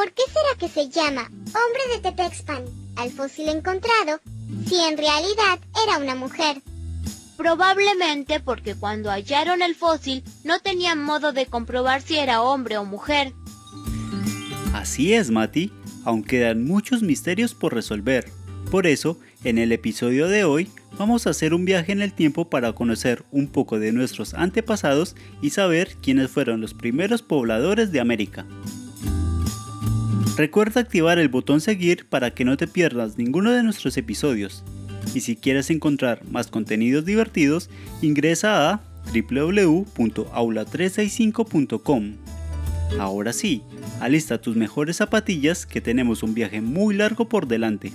¿Por qué será que se llama hombre de Tepexpan al fósil encontrado si en realidad era una mujer? Probablemente porque cuando hallaron el fósil no tenían modo de comprobar si era hombre o mujer. Así es, Mati, aún quedan muchos misterios por resolver. Por eso, en el episodio de hoy, vamos a hacer un viaje en el tiempo para conocer un poco de nuestros antepasados y saber quiénes fueron los primeros pobladores de América. Recuerda activar el botón seguir para que no te pierdas ninguno de nuestros episodios. Y si quieres encontrar más contenidos divertidos, ingresa a www.aula365.com. Ahora sí, alista tus mejores zapatillas que tenemos un viaje muy largo por delante.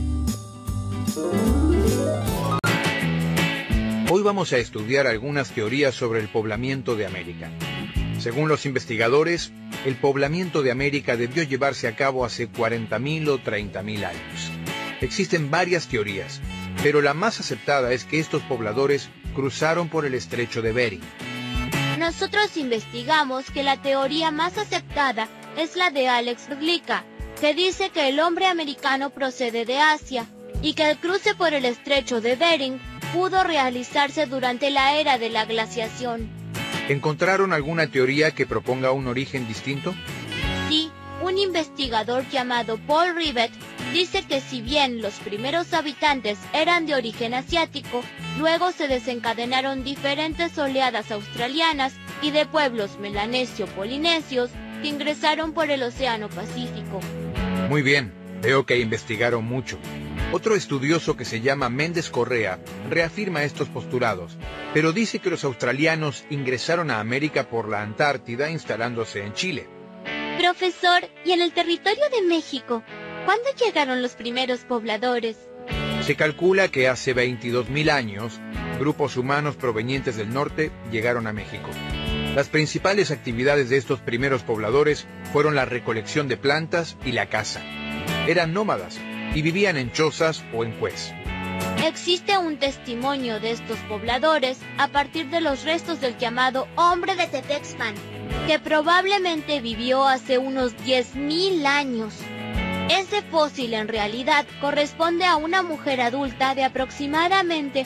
Hoy vamos a estudiar algunas teorías sobre el poblamiento de América. Según los investigadores, el poblamiento de América debió llevarse a cabo hace 40.000 o 30.000 años. Existen varias teorías, pero la más aceptada es que estos pobladores cruzaron por el estrecho de Bering. Nosotros investigamos que la teoría más aceptada es la de Alex Glica, que dice que el hombre americano procede de Asia y que el cruce por el estrecho de Bering pudo realizarse durante la era de la glaciación. ¿Encontraron alguna teoría que proponga un origen distinto? Sí, un investigador llamado Paul Rivet dice que si bien los primeros habitantes eran de origen asiático, luego se desencadenaron diferentes oleadas australianas y de pueblos melanesio-polinesios que ingresaron por el Océano Pacífico. Muy bien, veo que investigaron mucho. Otro estudioso que se llama Méndez Correa reafirma estos postulados, pero dice que los australianos ingresaron a América por la Antártida instalándose en Chile. Profesor, ¿y en el territorio de México, cuándo llegaron los primeros pobladores? Se calcula que hace 22.000 años, grupos humanos provenientes del norte llegaron a México. Las principales actividades de estos primeros pobladores fueron la recolección de plantas y la caza. Eran nómadas y vivían en chozas o en cués. Existe un testimonio de estos pobladores a partir de los restos del llamado hombre de Tepexpan, que probablemente vivió hace unos 10.000 años. Ese fósil en realidad corresponde a una mujer adulta de aproximadamente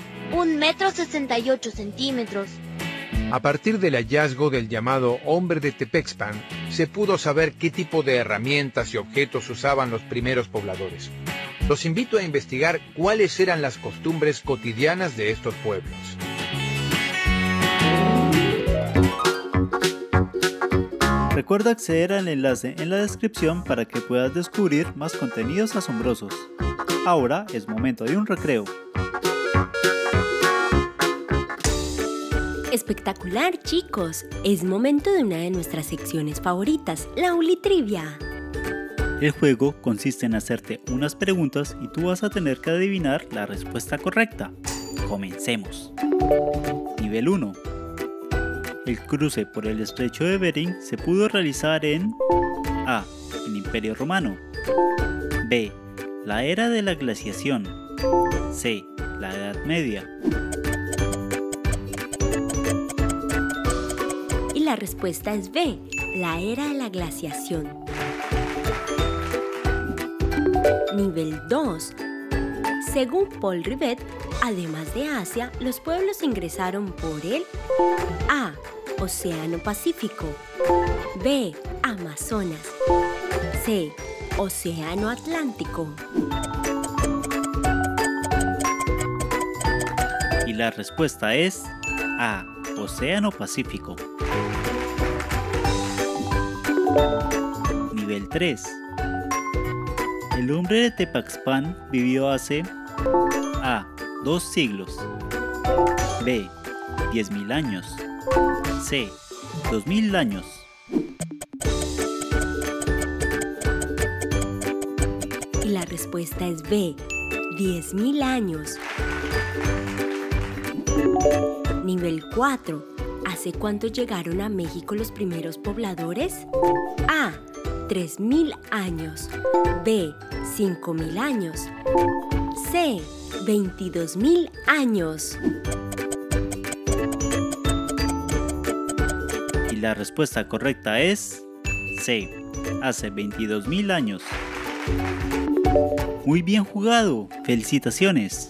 1,68 m. A partir del hallazgo del llamado hombre de Tepexpan, se pudo saber qué tipo de herramientas y objetos usaban los primeros pobladores. Los invito a investigar cuáles eran las costumbres cotidianas de estos pueblos. Recuerda acceder al enlace en la descripción para que puedas descubrir más contenidos asombrosos. Ahora es momento de un recreo. Espectacular, chicos. Es momento de una de nuestras secciones favoritas, la Ulitrivia. El juego consiste en hacerte unas preguntas y tú vas a tener que adivinar la respuesta correcta. Comencemos. Nivel 1. El cruce por el estrecho de Bering se pudo realizar en A. El Imperio Romano. B. La era de la glaciación. C. La Edad Media. Y la respuesta es B. La era de la glaciación. Nivel 2. Según Paul Rivet, además de Asia, los pueblos ingresaron por el A. Océano Pacífico. B. Amazonas. C. Océano Atlántico. Y la respuesta es A. Océano Pacífico. Nivel 3. El hombre de Tepexpan vivió hace A. 2 siglos. B. 10.000 años. C. 2.000 años. Y la respuesta es B. 10.000 años. Nivel 4. ¿Hace cuánto llegaron a México los primeros pobladores? A. 3.000 años. B. 5.000 años. C. 22.000 años. Y la respuesta correcta es C. hace 22.000 años. Muy bien jugado, felicitaciones.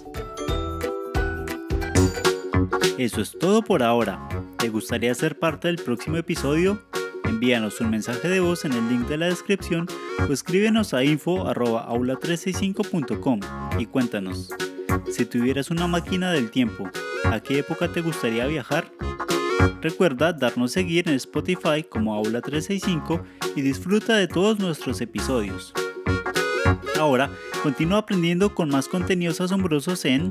Eso es todo por ahora. ¿Te gustaría ser parte del próximo episodio? Envíanos un mensaje de voz en el link de la descripción o escríbenos a info@aula365.com y cuéntanos. Si tuvieras una máquina del tiempo, ¿a qué época te gustaría viajar? Recuerda darnos seguir en Spotify como Aula365 y disfruta de todos nuestros episodios. Ahora, continúa aprendiendo con más contenidos asombrosos en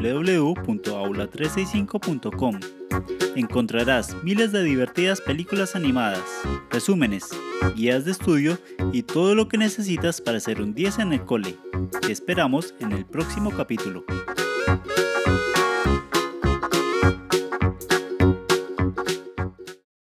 www.aula365.com. Encontrarás miles de divertidas películas animadas, resúmenes, guías de estudio y todo lo que necesitas para ser un 10 en el cole. Te esperamos en el próximo capítulo.